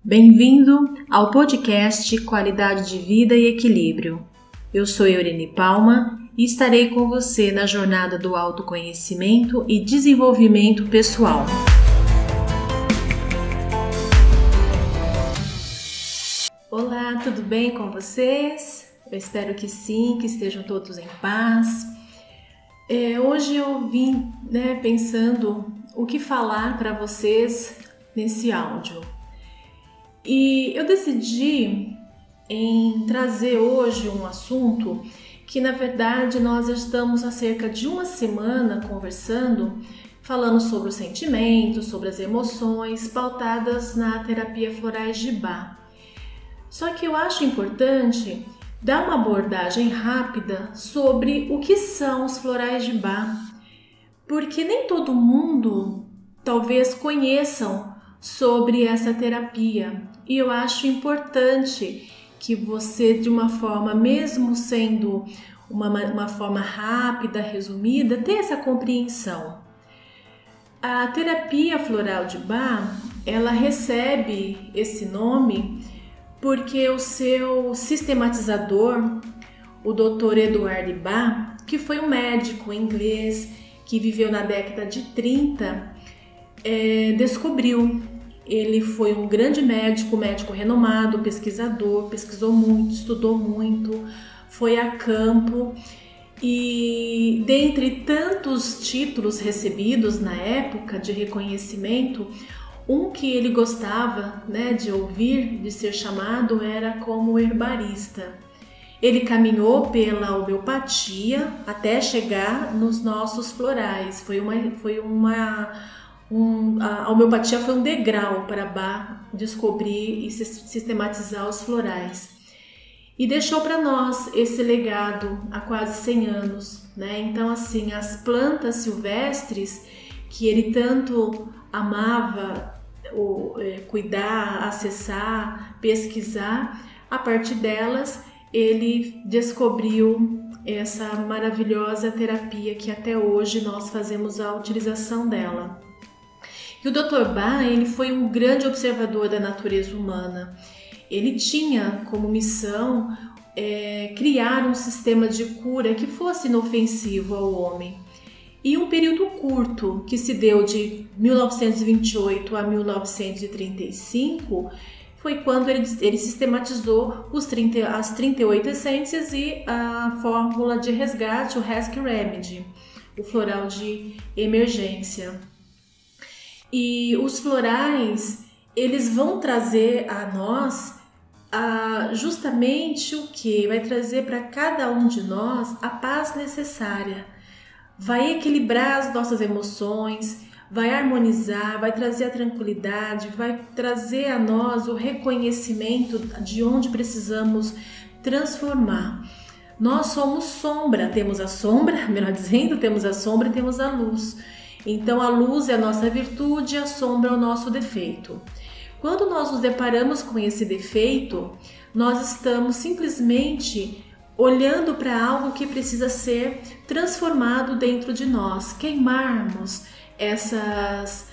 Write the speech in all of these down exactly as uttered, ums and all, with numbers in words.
Bem-vindo ao podcast Qualidade de Vida e Equilíbrio. Eu sou Eurine Palma e estarei com você na jornada do autoconhecimento e desenvolvimento pessoal. Olá, tudo bem com vocês? Eu espero que sim, que estejam todos em paz. É, hoje eu vim né, pensando o que falar para vocês nesse áudio. E eu decidi em trazer hoje um assunto que, na verdade, nós estamos há cerca de uma semana conversando, falando sobre os sentimentos, sobre as emoções, pautadas na terapia florais de Bach. Só que eu acho importante dar uma abordagem rápida sobre o que são os florais de Bach, porque nem todo mundo talvez conheçam sobre essa terapia, e eu acho importante que você, de uma forma, mesmo sendo uma, uma forma rápida, resumida, tenha essa compreensão. A terapia floral de Bach, ela recebe esse nome porque o seu sistematizador, o doutor Eduard Bach, que foi um médico inglês que viveu na década de trinta, é, descobriu. Ele foi um grande médico, médico renomado, pesquisador, pesquisou muito, estudou muito, foi a campo e, dentre tantos títulos recebidos na época de reconhecimento, um que ele gostava né, de ouvir, de ser chamado, era como herbarista. Ele caminhou pela homeopatia até chegar nos nossos florais. Foi uma... Foi uma Um, a homeopatia foi um degrau para Bach descobrir e sistematizar os florais. E deixou para nós esse legado há quase cem anos. Né? Então, assim, as plantas silvestres que ele tanto amava ou, é, cuidar, acessar, pesquisar, a partir delas ele descobriu essa maravilhosa terapia que até hoje nós fazemos a utilização dela. E o doutor Bach, ele foi um grande observador da natureza humana. Ele tinha como missão é, criar um sistema de cura que fosse inofensivo ao homem. E um período curto, que se deu de mil novecentos e vinte e oito a mil novecentos e trinta e cinco, foi quando ele, ele sistematizou os trinta, as trinta e oito essências e a fórmula de resgate, o Rescue Remedy, o floral de emergência. E os florais, eles vão trazer a nós a, justamente o que? Vai trazer para cada um de nós a paz necessária. Vai equilibrar as nossas emoções, vai harmonizar, vai trazer a tranquilidade, vai trazer a nós o reconhecimento de onde precisamos transformar. Nós somos sombra, temos a sombra, melhor dizendo, temos a sombra e temos a luz. Então a luz é a nossa virtude, a sombra é o nosso defeito. Quando nós nos deparamos com esse defeito, nós estamos simplesmente olhando para algo que precisa ser transformado dentro de nós, queimarmos essas,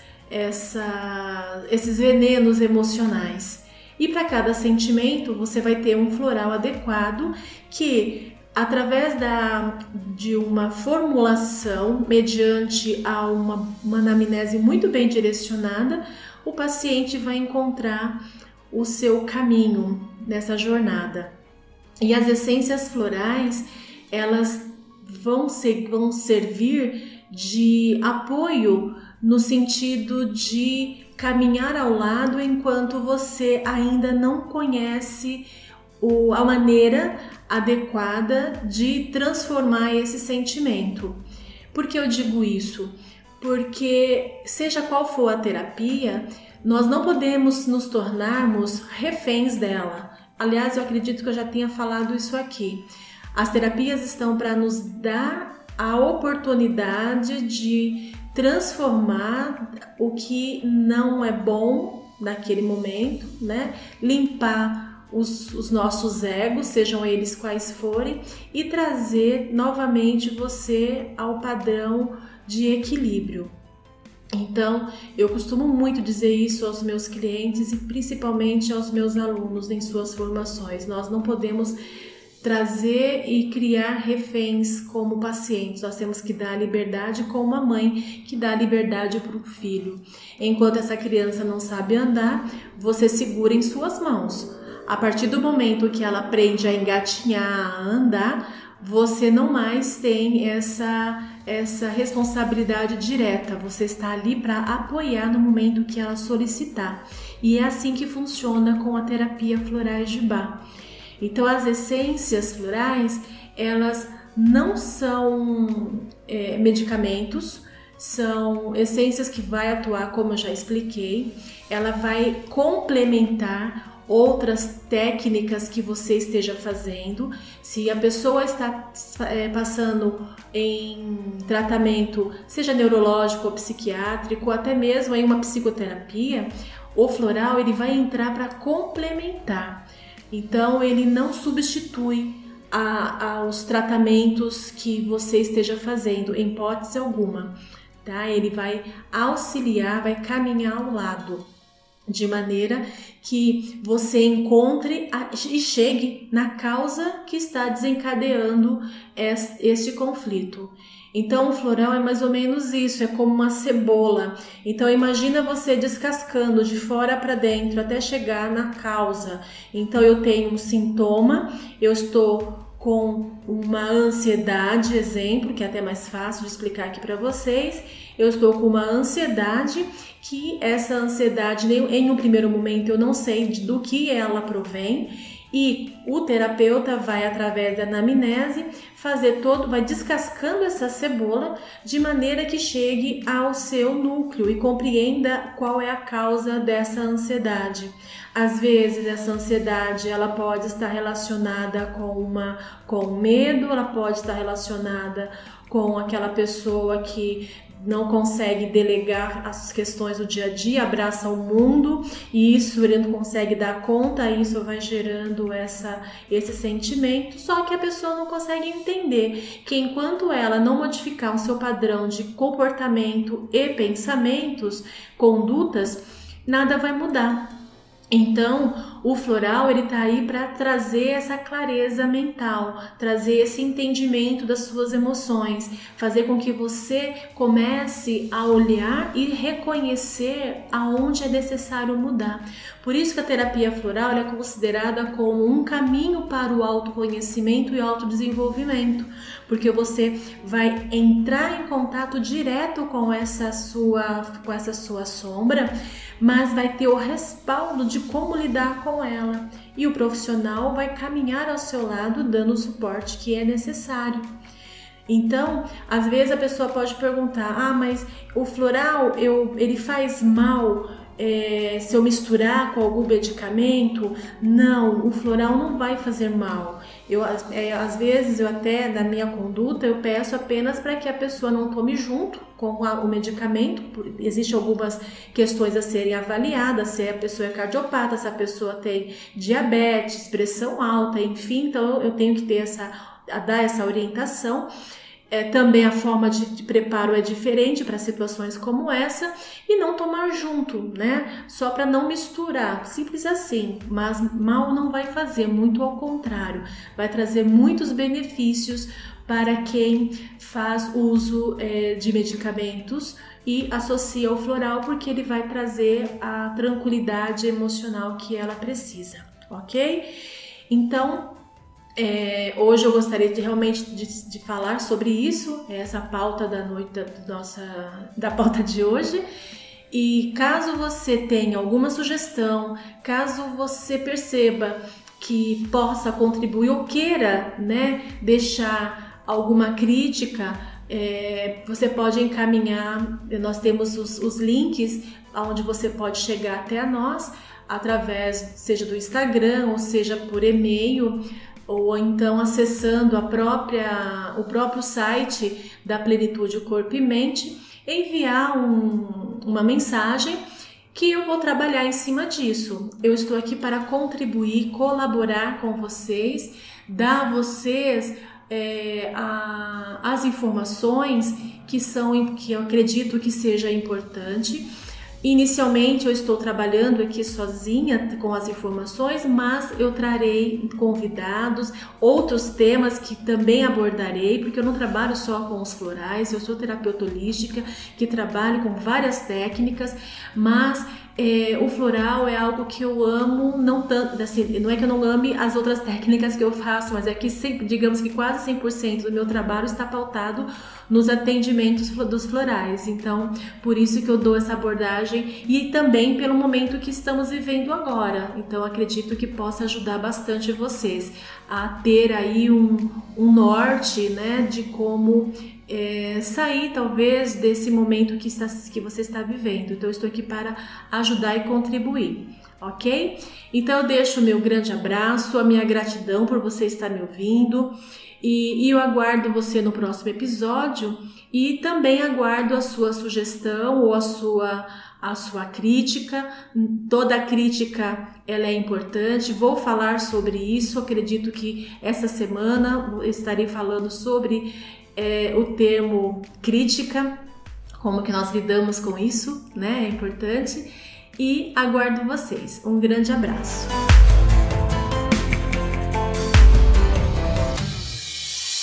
essa, esses venenos emocionais. E para cada sentimento você vai ter um floral adequado que, através da, de uma formulação, mediante a uma, uma anamnese muito bem direcionada, o paciente vai encontrar o seu caminho nessa jornada. E as essências florais, elas vão, ser, vão servir de apoio no sentido de caminhar ao lado enquanto você ainda não conhece o, a maneira adequada de transformar esse sentimento. Por que eu digo isso? Porque seja qual for a terapia, nós não podemos nos tornarmos reféns dela. Aliás, eu acredito que eu já tenha falado isso aqui. As terapias estão para nos dar a oportunidade de transformar o que não é bom naquele momento, né? Limpar Os, os nossos egos, sejam eles quais forem, e trazer novamente você ao padrão de equilíbrio. Então, eu costumo muito dizer isso aos meus clientes e principalmente aos meus alunos em suas formações. Nós não podemos trazer e criar reféns como pacientes. Nós temos que dar liberdade como a mãe que dá liberdade para o filho. Enquanto essa criança não sabe andar, você segura em suas mãos. A partir do momento que ela aprende a engatinhar, a andar, você não mais tem essa, essa responsabilidade direta. Você está ali para apoiar no momento que ela solicitar. E é assim que funciona com a terapia florais de Bach. Então, as essências florais, elas não são é, medicamentos, são essências que vai atuar, como eu já expliquei, ela vai complementar outras técnicas que você esteja fazendo. Se a pessoa está é, passando em tratamento, seja neurológico ou psiquiátrico, ou até mesmo em uma psicoterapia, o floral ele vai entrar para complementar. Então, ele não substitui a, aos tratamentos que você esteja fazendo, em hipótese alguma, tá? Ele vai auxiliar, vai caminhar ao lado, de maneira que você encontre a, e chegue na causa que está desencadeando este, este conflito. Então, o floral é mais ou menos isso, é como uma cebola. Então, imagina você descascando de fora para dentro até chegar na causa. Então, eu tenho um sintoma, eu estou com uma ansiedade, exemplo, que é até mais fácil de explicar aqui para vocês. Eu estou com uma ansiedade, que essa ansiedade, em um primeiro momento, eu não sei do que ela provém. E o terapeuta vai, através da anamnese, fazer todo, vai descascando essa cebola de maneira que chegue ao seu núcleo e compreenda qual é a causa dessa ansiedade. Às vezes essa ansiedade ela pode estar relacionada com uma com medo, ela pode estar relacionada com aquela pessoa que não consegue delegar as questões do dia a dia, abraça o mundo e isso ele não consegue dar conta, isso vai gerando essa, esse sentimento, só que a pessoa não consegue entender que enquanto ela não modificar o seu padrão de comportamento e pensamentos, condutas, nada vai mudar. Então, o floral ele tá aí para trazer essa clareza mental, trazer esse entendimento das suas emoções, fazer com que você comece a olhar e reconhecer aonde é necessário mudar. Por isso que a terapia floral é considerada como um caminho para o autoconhecimento e autodesenvolvimento, porque você vai entrar em contato direto com essa sua, com essa sua sombra, mas vai ter o respaldo de como lidar com ela e o profissional vai caminhar ao seu lado dando o suporte que é necessário. Então, às vezes a pessoa pode perguntar: ah, mas o floral eu, ele faz mal é, se eu misturar com algum medicamento? Não, o floral não vai fazer mal. Eu, é, às vezes eu até, na minha conduta, eu peço apenas para que a pessoa não tome junto com a, o medicamento. Existem algumas questões a serem avaliadas, se a pessoa é cardiopata, se a pessoa tem diabetes, pressão alta, enfim, então eu tenho que ter essa, a dar essa orientação. É, também a forma de, de preparo é diferente para situações como essa e não tomar junto, né? Só para não misturar, simples assim, mas mal não vai fazer, muito ao contrário, vai trazer muitos benefícios para quem faz uso é, de medicamentos e associa o floral, porque ele vai trazer a tranquilidade emocional que ela precisa, ok? Então, É, hoje eu gostaria de realmente de, de falar sobre isso, essa pauta da noite da, nossa, da pauta de hoje. E caso você tenha alguma sugestão, caso você perceba que possa contribuir ou queira, né, deixar alguma crítica, é, você pode encaminhar. Nós temos os, os links onde você pode chegar até a nós, através seja do Instagram ou seja por e-mail, ou então acessando a própria, o próprio site da Plenitude Corpo e Mente, enviar um, uma mensagem que eu vou trabalhar em cima disso. Eu estou aqui para contribuir, colaborar com vocês, dar a vocês é, a, as informações que são que eu acredito que seja importante. Inicialmente eu estou trabalhando aqui sozinha com as informações, mas eu trarei convidados, outros temas que também abordarei, porque eu não trabalho só com os florais, eu sou terapeuta holística que trabalho com várias técnicas, mas é, o floral é algo que eu amo, não tanto, assim, não é que eu não ame as outras técnicas que eu faço, mas é que, digamos que quase cem por cento do meu trabalho está pautado nos atendimentos dos florais, então por isso que eu dou essa abordagem e também pelo momento que estamos vivendo agora, então acredito que possa ajudar bastante vocês a ter aí um, um norte, né, de como é, sair talvez desse momento que, está, que você está vivendo. Então eu estou aqui para ajudar e contribuir, ok? Então eu deixo o meu grande abraço, a minha gratidão por você estar me ouvindo e, e eu aguardo você no próximo episódio e também aguardo a sua sugestão ou a sua, a sua crítica. Toda crítica ela é importante, vou falar sobre isso, acredito que essa semana estarei falando sobre É, o termo crítica, como que nós lidamos com isso, né? É importante. E aguardo vocês. Um grande abraço.